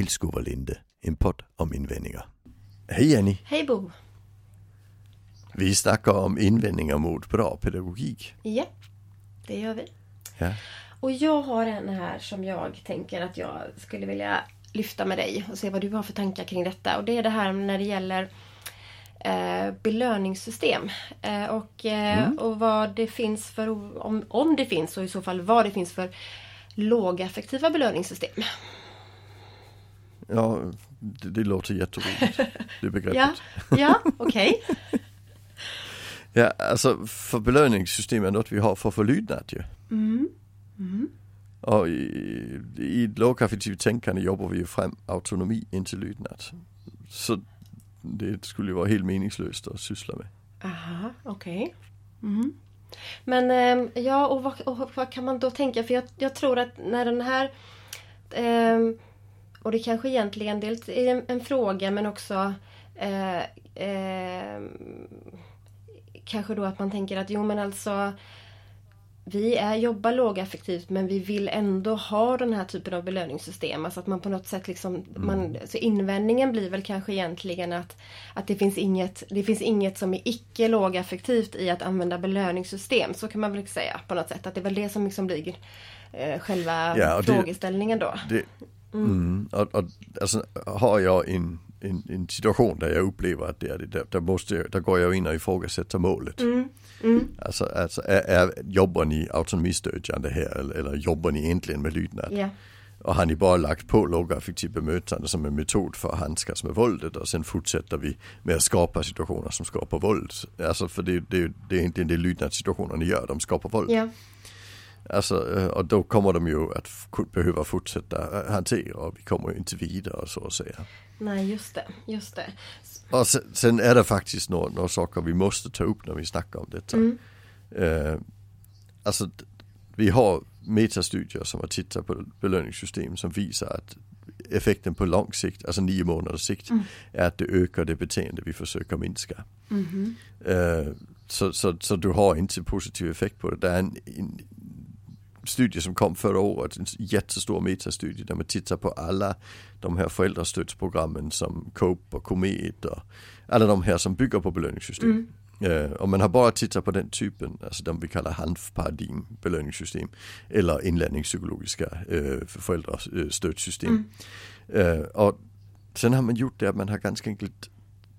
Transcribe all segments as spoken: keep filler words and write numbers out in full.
Vilskov och Linde, en podd om invändningar. Hej Annie. Hej Bo. Vi snackar om invändningar mot bra pedagogik. Ja, det gör vi. Ja. Och jag har en här som jag tänker att jag skulle vilja lyfta med dig och se vad du har för tankar kring detta. Och det är det här när det gäller eh, belöningssystem. Eh, och, eh, mm. och vad det finns för, om, om det finns och i så fall vad det finns för lågaffektiva belöningssystem. Ja, det, det låter jätteroligt, det begreppet. ja, ja okej. Okay. Ja, alltså för belöningssystem är något vi har för förlydnad ju. Mm. Mm. Och i, i lågaffektivt tänkande jobbar vi ju fram autonomi intill lydnad. Så det skulle ju vara helt meningslöst att syssla med. Aha, okej. Okay. Mm. Men eh, ja, och vad, och vad kan man då tänka? För jag, jag tror att när den här eh, och det kanske egentligen dels är en, en fråga men också eh, eh, kanske då att man tänker att jo men alltså vi är, jobbar lågaffektivt men vi vill ändå ha den här typen av belöningssystem. Alltså att man på något sätt liksom, mm. man, så invändningen blir väl kanske egentligen att, att det finns inget, det finns inget som är icke lågaffektivt i att använda belöningssystem. Så kan man väl säga på något sätt. Att det är väl det som liksom blir eh, själva ja, frågeställningen då. Det, mm. Mm, och, och, alltså, har jag en, en, en situation där jag upplever att det är det, där, måste jag, där går jag in och ifrågasätter målet. Mm. Mm. Alltså, alltså är, är, jobbar ni autonomistödjande här eller, eller jobbar ni egentligen med lydnad? Yeah. Och har ni bara lagt på lågaffektivt bemötande som en metod för att handskas med våldet och sen fortsätter vi med att skapa situationer som skapar våld. Alltså för det, det, det är egentligen det lydnadssituationer ni gör, de skapar våld. Yeah. Alltså, och då kommer de ju att f- behöva fortsätta hantera och vi kommer ju inte vidare så att säga. Nej, just det, just det. Och sen, sen är det faktiskt några, några saker vi måste ta upp när vi snackar om detta. Mm. Uh, alltså, vi har metastudier som har tittat på belöningssystem som visar att effekten på lång sikt, alltså nio månaders sikt, mm. är att det ökar det beteende vi försöker minska. Mm. Uh, så, så, så du har inte positiv effekt på det. Det är en, en studie som kom förra året, en jättestor metastudie där man tittar på alla de här föräldrastödsprogrammen som Cope och Comet och alla de här som bygger på belöningssystem. Mm. Uh, och man har bara tittat på den typen, alltså de vi kallar handparadigm belöningssystem eller inlärningspsykologiska uh, föräldrastödssystem. Mm. Uh, och sen har man gjort det att man har ganska enkelt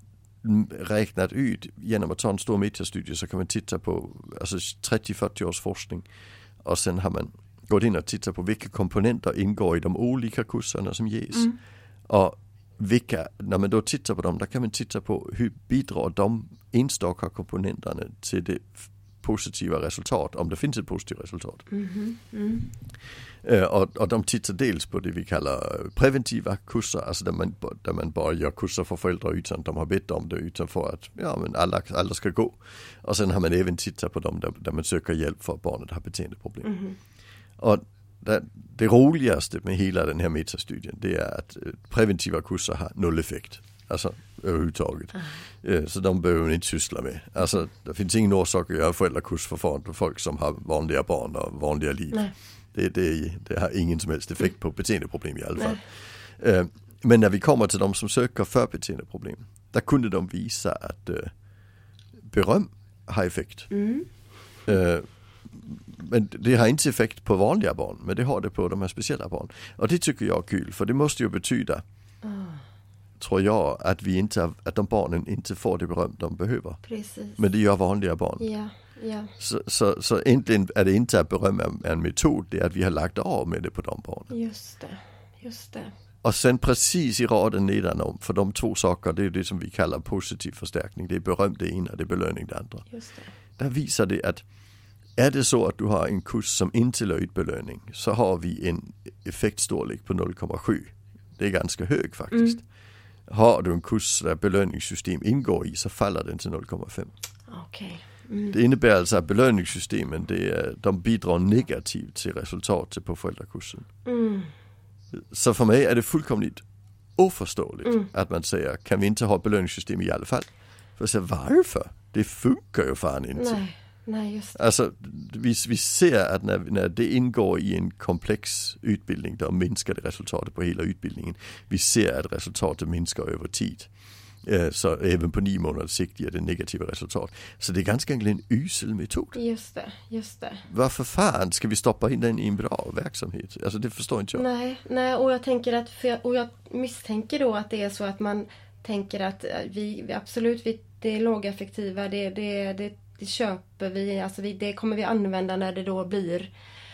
räknat ut genom att ta en stor metastudie så kan man titta på alltså trettio till fyrtio års forskning. Och sen har man gått in och tittat på vilka komponenter ingår i de olika kurserna som ges. Mm. Och vilka, när man då tittar på dem, där kan man titta på hur bidrar de enstaka komponenterna till det positiva resultat, om det finns ett positivt resultat. Mm-hmm. Mm. Uh, och, och de tittar dels på det vi kallar preventiva kurser, alltså där man, där man bara gör kurser för föräldrar utan de har bett om det, utan för att ja, men alla, alla ska gå. Och sen har man även tittat på dem där, där man söker hjälp för att barnet har beteendeproblem. Mm. Och det, det roligaste med hela den här metastudien, det är att preventiva kurser har noll effekt. Alltså överhuvudtaget. Mm. Så de behöver man inte syssla med. Alltså det finns ingen orsak att göra föräldrakurs för folk som har vanliga barn och vanliga liv. Nej. Det, det, det har ingen som helst effekt på beteendeproblem i alla fall. Nej. Men när vi kommer till de som söker för beteendeproblem, där kunde de visa att beröm har effekt. Mm. Men det har inte effekt på vanliga barn, men det har det på de här speciella barn. Och det tycker jag är kul, för det måste ju betyda oh. tror jag att vi inte att de barnen inte får det beröm de behöver. Precis. Men det gör vanliga barn. Ja, ja. Så, så, så egentligen är det inte att berömma en metod, det är att vi har lagt av med det på de barnen. Just det, just det. Och sen precis i raden nedanom, för de två saker, det är det som vi kallar positiv förstärkning. Det är beröm det ena, det är belöning det andra. Just det. Där visar det att är det så att du har en kurs som inte är belöning, så har vi en effektstorlek på noll komma sju. Det är ganska hög faktiskt. Mm. Har du en kurs där belöningssystem ingår i, så faller den till noll komma fem. Okay. Mm. Det innebär alltså att belöningssystemen, det är, de bidrar negativt till resultatet på föräldrakursen. Mm. Så för mig är det fullkomligt oförståeligt mm. att man säger, kan vi inte ha ett belöningssystem i alla fall? För att säga, varför? Det funkar ju fan inte. Nej. Nej, just det. Alltså, vi, vi ser att när, när det ingår i en komplex utbildning, där minskar det resultatet på hela utbildningen. Vi ser att resultatet minskar över tid. Så även på nio månaders sikt ger det negativa resultat. Så det är ganska enkelt en usel metod. Just det, just det. Varför fan ska vi stoppa in den i en bra verksamhet? Alltså det förstår inte jag. Nej, nej och jag tänker att, för jag, och jag misstänker då att det är så att man tänker att vi, vi absolut, vi, det är lågeffektiva, det, det, det, det köper vi, alltså vi, det kommer vi använda när det då blir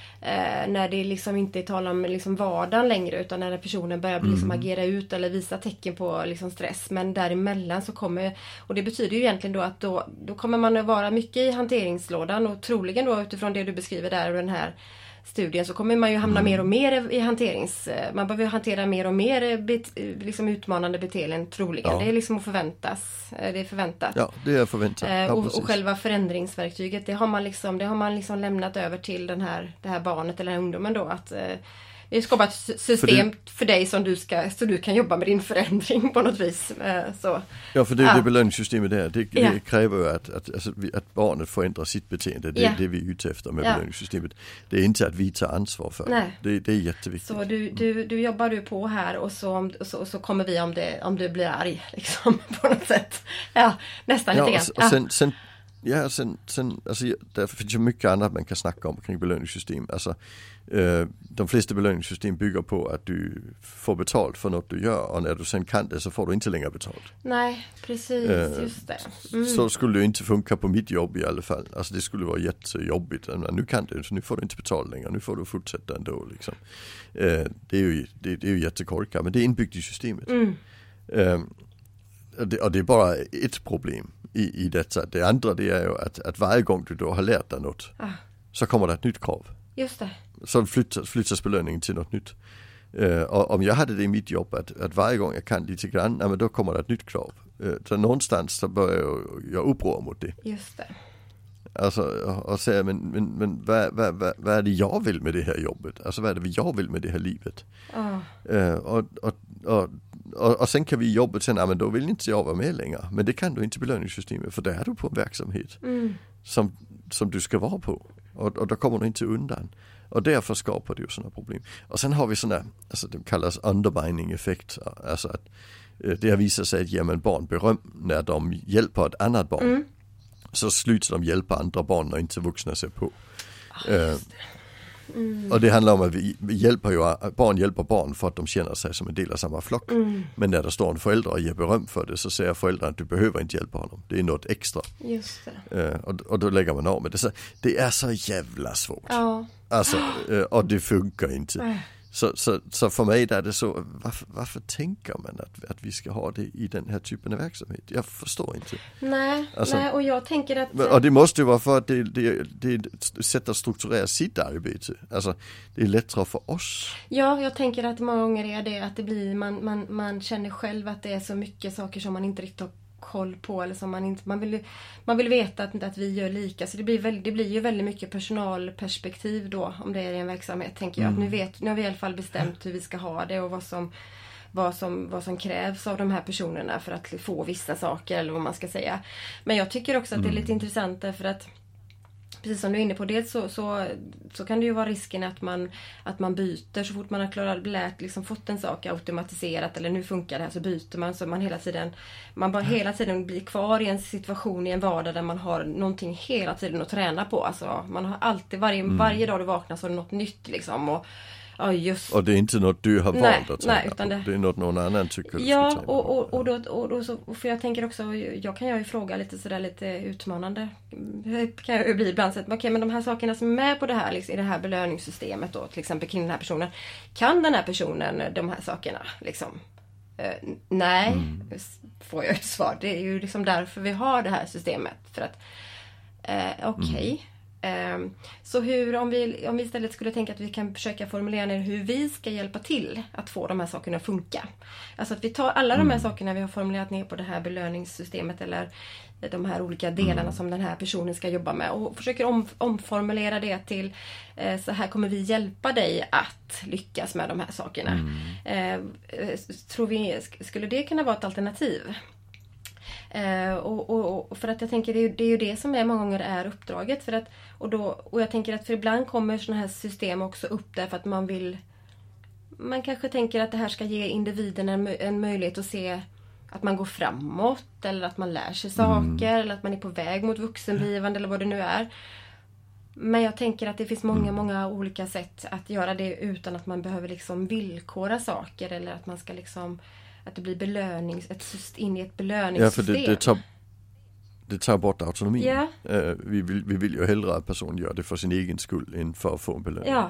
Eh, när det liksom inte är tal om liksom vardagen längre, utan när personen börjar mm. liksom agera ut eller visa tecken på liksom stress. Men däremellan så kommer, och det betyder ju egentligen då att då, då kommer man att vara mycket i hanteringslådan, och troligen då utifrån det du beskriver där och den här studien så kommer man ju hamna mm. mer och mer i hanterings... Man behöver hantera mer och mer bet, liksom utmanande beteenden troligen. Ja. Det är liksom att förväntas. Det är förväntat. Ja, det är förväntat. Ja, och, och själva förändringsverktyget, det har man liksom, det har man liksom lämnat över till den här, det här barnet eller ungdomen då. Att vi skapar ett system för, det, för dig som du ska, så du kan jobba med din förändring på något vis. Så, ja, för det är ja. det belöningssystemet där. Det, det ja. kräver ju att, att, alltså, att barnet förändrar sitt beteende. Det är ja. det vi är ute efter med ja. belöningssystemet. Det är inte att vi tar ansvar för det. det. Det är jätteviktigt. Så du, du, du jobbar du på här och så, så, så kommer vi om, det, om du blir arg liksom, på något sätt. Ja, nästan ja, lite grann. Och, och sen, sen, ja, sen, sen alltså, det finns ju mycket annat man kan snacka om kring belöningssystem. Alltså, eh, de flesta belöningssystem bygger på att du får betalt för något du gör, och när du sen kan det så får du inte längre betalt. Nej, precis, eh, just det. Mm. Så skulle det inte funka på mitt jobb i alla fall. Alltså det skulle vara jättejobbigt. Nu kan det, så nu får du inte betalt längre, nu får du fortsätta ändå liksom. Eh, det är ju, det, det är ju jättekorkat, men det är inbyggt i systemet. Mm. Eh, och, det, och det är bara ett problem i, i detta. Det andra det är ju att, att varje gång du då har lärt dig något ah. så kommer det ett nytt krav. Just det. Så flyttas, flyttas belöningen till något nytt. Uh, och om jag hade det i mitt jobb att, att varje gång jag kan lite grann, ja, men då kommer det ett nytt krav. Uh, så någonstans så börjar jag, jag uppror mot det. Just det. Alltså, och, och säga, men, men, men vad, vad, vad, vad är det jag vill med det här jobbet? Alltså vad är det jag vill med det här livet? Oh. Uh, och, och, och, och, och sen kan vi jobba sen, ja men då vill inte jag vara med längre. Men det kan du inte belöningssystemet, för det är du på en verksamhet mm. som, som du ska vara på. Och, och då kommer du inte undan. Och därför skapar det ju sådana problem. Och sen har vi sådana, alltså det kallas undermining effekt. Alltså att det har visat sig att ger man barn beröm när de hjälper ett annat barn. Mm. Så slutar de hjälpa andra barn när inte vuxna ser på. Oh, uh, mm. Och det handlar om att vi, vi hjälper ju, barn hjälper barn för att de känner sig som en del av samma flock. Mm. Men när det står en förälder och ger beröm för det, så säger föräldrarna att du behöver inte hjälpa honom. Det är något extra. Just det. Uh, och, och då lägger man av med det. Så det är så jävla svårt. Ja. Alltså, uh, och det funkar inte. Äh. Så, så, så för mig där är det så, varför, varför tänker man att, att vi ska ha det i den här typen av verksamhet? Jag förstår inte. Nej, alltså, nej och jag tänker att... Och det måste ju vara för att det, det, det sätter att strukturera sitt arbete. Alltså, det är lättare för oss. Ja, jag tänker att många gånger är det att det blir, man, man, man känner själv att det är så mycket saker som man inte riktigt har koll på, eller som man inte, man vill, man vill veta att, att vi gör lika, så det blir, väldigt, det blir ju väldigt mycket personalperspektiv då, om det är en verksamhet, tänker jag. Mm. Att nu, vet, nu har vi i alla fall bestämt hur vi ska ha det och vad som, vad som, vad som krävs av de här personerna för att få vissa saker, eller vad man ska säga. Men jag tycker också att det är lite intressant därför att precis som du är inne på det, så, så, så kan det ju vara risken att man, att man byter så fort man har klarat, lärt, liksom fått en sak automatiserat, eller nu funkar det här, så byter man, så man hela tiden man bara hela tiden blir kvar i en situation, i en vardag där man har någonting hela tiden att träna på. Alltså, man har alltid, varje, mm. varje dag du vaknar så är det något nytt liksom, och ja, just. Och det är inte något du har valt nej, att träna nej, utan det... det är något någon annan tycker du ja, ska träna och, och, och, då, och då så, för jag tänker också, jag kan ju fråga lite sådär lite utmanande, kan jag bli ibland, så att, okay, men de här sakerna som är med på det här, liksom, i det här belöningssystemet då, till exempel kring den här personen, kan den här personen de här sakerna liksom? Uh, nej, mm. får jag ett svar. Det är ju liksom därför vi har det här systemet, för att uh, okej okay. mm. Så hur, om vi, om vi istället skulle tänka att vi kan försöka formulera ner hur vi ska hjälpa till att få de här sakerna att funka. Alltså att vi tar alla de här sakerna vi har formulerat ner på det här belöningssystemet, eller de här olika delarna mm. som den här personen ska jobba med, och försöker om, omformulera det till eh, så här kommer vi hjälpa dig att lyckas med de här sakerna. Mm. Eh, tror vi, skulle det kunna vara ett alternativ? Eh, och, och, och för att jag tänker det är, det är ju det som är många gånger är uppdraget. För att, och, då, och jag tänker att för ibland kommer sådana här system också upp där för att man vill... Man kanske tänker att det här ska ge individen en, en möjlighet att se att man går framåt. Eller att man lär sig saker. Mm. Eller att man är på väg mot vuxenblivande eller vad det nu är. Men jag tänker att det finns många, många olika sätt att göra det utan att man behöver liksom villkora saker. Eller att man ska liksom... Att det blir belönings, ett system, in i ett belöningssystem. Ja, för det, det, tar, det tar bort autonomin. Ja. Uh, vi, vill, vi vill ju hellre att personen gör det för sin egen skull än för att få en belöning. Ja.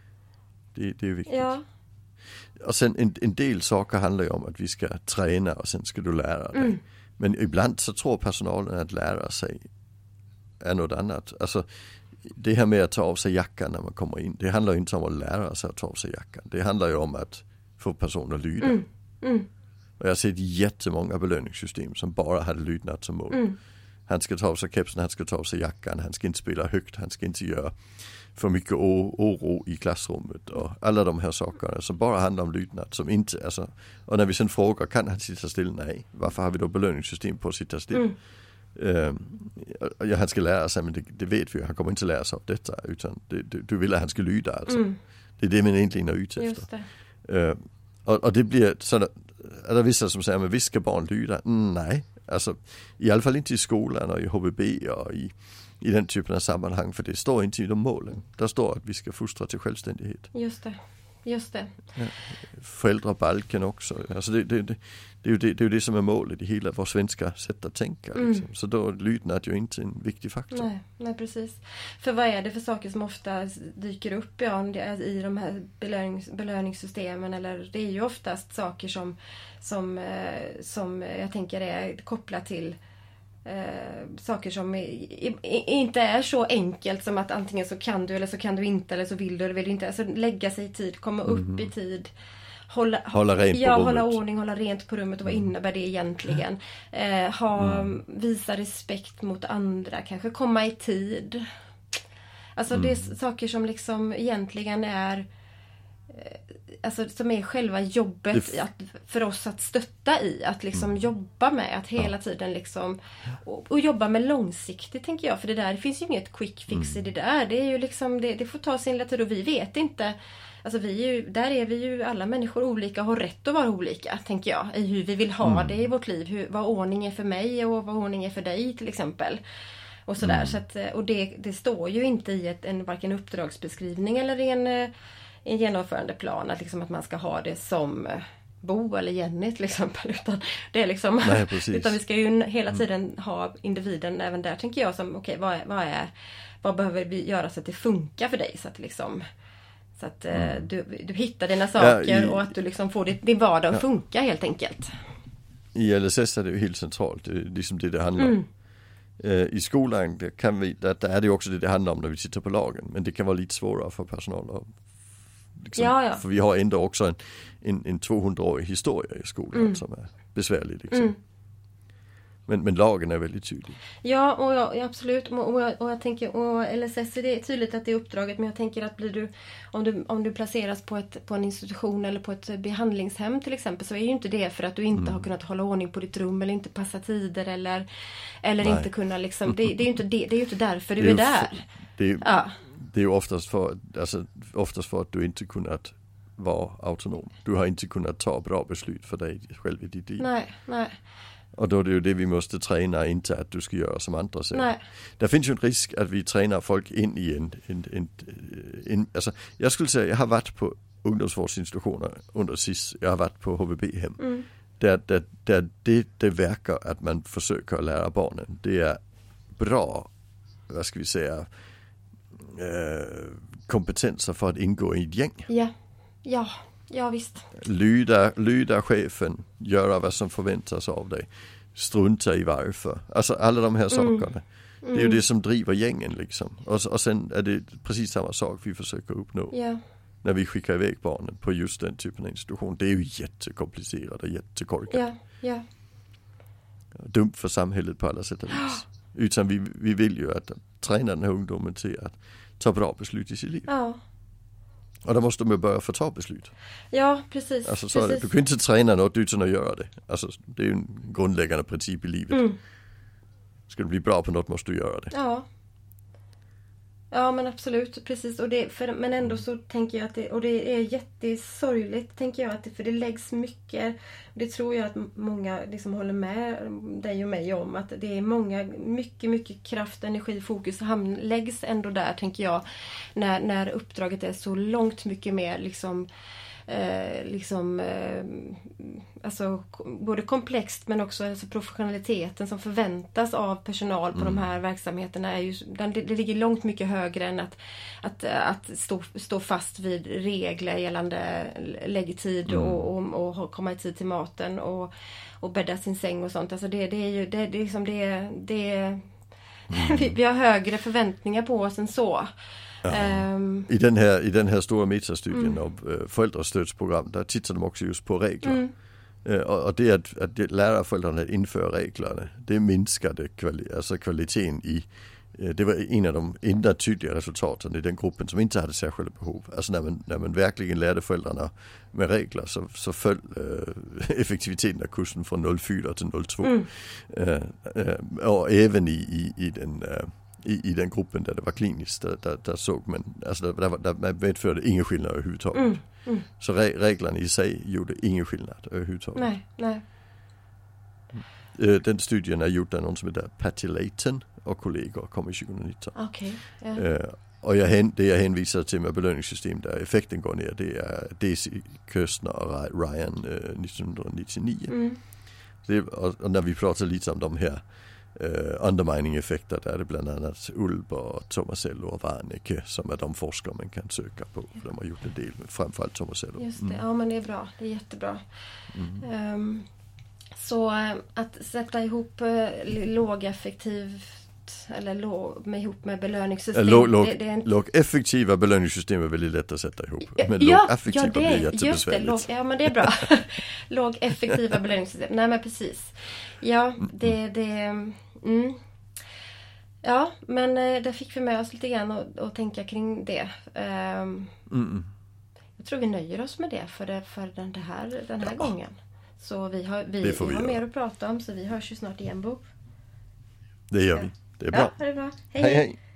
Det, det är viktigt. Ja. Och sen en, en del saker handlar ju om att vi ska träna och sen ska du lära dig. Mm. Men ibland så tror personalen att lära sig är något annat. Alltså det här med att ta av sig jackan när man kommer in, det handlar ju inte om att lära sig att ta av sig jackan. Det handlar ju om att få personen att lyda. Mm. Mm. Och jag har sett jättemånga belöningssystem som bara hade lydnad som mål. Mm. Han ska ta av sig kepsen, han ska ta av sig jackan, han ska inte spela högt, han ska inte göra för mycket oro i klassrummet och alla de här sakerna som bara handlar om lydnad. Som inte, alltså, och när vi sen frågar, kan han sitta still? Nej. Varför har vi då belöningssystem på att sitta still? Mm. Um, ja, han ska lära sig, men det, det vet vi ju, han kommer inte lära sig av detta, utan det, du, du vill att han ska lyda alltså. Mm. Det är det man egentligen är ute efter. Uh, och, och det blir sådär, är det vissa som säger, men visst ska barn lyda? Mm, nej, alltså i alla fall inte i skolan och i H B B och i, i den typen av sammanhang, för det står inte i de målen. Där står att vi ska fostra till självständighet. Just det, just det. Ja. Föräldrabalken också. Alltså det, det, det, det, är ju det, det är ju det som är målet i hela vår svenska sätt att tänka. Liksom. Mm. Så då är lydnad ju inte en viktig faktor. Nej, nej, precis. För vad är det för saker som ofta dyker upp ja, i de här belönings, belöningssystemen? Eller det är ju oftast saker som, som, som jag tänker är kopplat till Eh, saker som är, i, i, inte är så enkelt som att antingen så kan du eller så kan du inte eller så vill du eller vill du inte. Alltså lägga sig i tid, komma upp mm. i tid, hålla, hålla rent ja, på hålla rummet. ordning, hålla rent på rummet och vad innebär det egentligen? Eh, ha, mm. Visa respekt mot andra, kanske komma i tid. Alltså mm. det är saker som liksom egentligen är alltså som är själva jobbet f- att, för oss att stötta i, att liksom mm. jobba med, att hela ja. tiden liksom och, och jobba med långsiktigt tänker jag, för det där det finns ju inget quick fix mm. i det där, det är ju liksom det, det får ta sin tid och vi vet inte, alltså vi är ju, där är vi ju alla människor olika och har rätt att vara olika tänker jag, i hur vi vill ha mm. det i vårt liv, hur, vad ordning är för mig och vad ordning är för dig till exempel. Och sådär, mm. så att, och det, det står ju inte i ett, en, varken uppdragsbeskrivning eller i en en genomförande plan att, liksom att man ska ha det som Bo eller Jenny till exempel, utan det är liksom Nej, utan vi ska ju hela tiden mm. ha individen även där tänker jag som okej, okay, vad, är, vad är vad behöver vi göra så att det funkar för dig, så att liksom så att mm. du, du hittar dina saker ja, i, och att du liksom får ditt, din vardag att ja. funka helt enkelt. I L S S är det ju helt centralt, det är liksom det det handlar om. Mm. I skolan kan vi, där, där är det ju också det det handlar om när vi sitter på lagen, men det kan vara lite svårare för personal att liksom, ja, ja. För vi har ändå också en, en, en tvåhundraårig historia i skolan mm. som är besvärlig liksom. Mm. Men, men lagen är väldigt tydlig. Ja, och ja, absolut. Och jag, och jag tänker, och L S S är det tydligt att det är uppdraget, men jag tänker att blir du, om du, om du placeras på, ett, på en institution eller på ett behandlingshem till exempel, så är ju inte det för att du inte mm. har kunnat hålla ordning på ditt rum eller inte passa tider eller, eller inte kunna liksom, det, det är ju inte, det, det är ju inte därför du är, är där. F- det är ju, ja. Det är ju oftast för, alltså, oftast för att du inte kunnat vara autonom. Du har inte kunnat ta bra beslut för dig själv i ditt liv. Nej, nej. Och då är det ju det vi måste träna, inte att du ska göra som andra säger. Nej. Det finns ju en risk att vi tränar folk in i en, en, en, en alltså, jag skulle säga, jag har varit på ungdomsvårdsinstitutioner under S I S, jag har varit på H V B-hem. Mm. Där, där, där det, det verkar att man försöker lära barnen. Det är bra, vad ska vi säga, kompetenser för att ingå i ett gäng. Ja, ja, ja visst. Lyda, lyda chefen, göra vad som förväntas av dig. Strunta i varför. Alltså alla de här sakerna. Mm. Mm. Det är ju det som driver gängen liksom. Och, och sen är det precis samma sak vi försöker uppnå. Ja. När vi skickar iväg barnen på just den typen av institution. Det är ju jättekomplicerat och jättekorkat. Ja, ja. Dumt för samhället på alla sätt och vis. Utan vi, vi vill ju att träna den här ungdomen till att ta bra beslut i sitt liv. Ja. Och då måste man börja få ta beslut. Ja, precis. Alltså, så precis. du kan inte träna något utan att göra det. Alltså, det är ju en grundläggande princip i livet. Mm. Ska du bli bra på något måste du göra det. Ja. Ja, men absolut, precis. Och det, för, men ändå så tänker jag att det, och det är jättesorgligt, tänker jag, att det, för det läggs mycket, och det tror jag att många liksom håller med dig och mig om, att det är många, mycket, mycket kraft, energi, fokus ham, läggs ändå där, tänker jag, när, när uppdraget är så långt mycket mer liksom Eh, liksom eh, alltså både komplext men också alltså professionaliteten som förväntas av personal på mm. de här verksamheterna är ju, den, det, det ligger långt mycket högre än att, att, att stå, stå fast vid regler gällande läggtid mm. och, och, och komma i tid till maten och, och bädda sin säng och sånt. Alltså det, det är ju det, det är liksom det, det mm. vi, vi har högre förväntningar på oss än så. Ja. Um, I, den här, I den här stora metastudien mm. av uh, föräldrastödsprogram, där tittar de också just på regler. Mm. Uh, och, och det att, att lära föräldrarna att införa reglerna, det minskade kvali- alltså kvaliteten i, uh, det var en av de enda tydliga resultaten i den gruppen som inte hade särskilda behov. Alltså när man, när man verkligen lärde föräldrarna med regler så, så föll uh, effektiviteten av kursen från noll komma fyra till noll komma två. Mm. Uh, uh, och även i, i, i den... Uh, I, i den gruppen där det var kliniskt, där, där, där såg man, alltså där, där, där man medförde ingen skillnad överhuvudtaget. Mm, mm. Så re, reglerna i sig gjorde ingen skillnad överhuvudtaget. Nej, nej. Den studien är gjord av någon som heter Patty Layton och kollegor, kom i tjugonitton. Okay, yeah. Och jag, det jag hänvisar till med belöningssystem där effekten går ner, det är Daisy Kirstner och Ryan nittonhundranittionio. Mm. Det, och, och när vi pratar lite om de här Uh, undermining-effekter, där är det bland annat Ulb och Tomasello och Warnecke som är de forskare man kan söka på. De har gjort en del, framförallt Tomasello. Just det, mm. ja men det är bra, det är jättebra. Mm. Um, så uh, att sätta ihop uh, lågeffektivt eller låg, med ihop med belöningssystem. Låg, låg, det, det är en... låg effektiva belöningssystem är väldigt lätt att sätta ihop. Men ja, låg effektiva ja, det, blir jättebesvärligt. Låg, ja men det är bra. Låg effektiva belöningssystem. Nej men precis. Ja, det... det Mm. Ja, men eh, där fick vi med oss lite grann och, och tänka kring det. Um, mm. Jag tror vi nöjer oss med det för, det, för den, det här, den här ja. gången. Så vi har, vi, vi vi har mer att prata om, så vi hörs ju snart igen, Bo. Det gör vi. Det är bra. Ja, det är bra. Hej, hej. hej.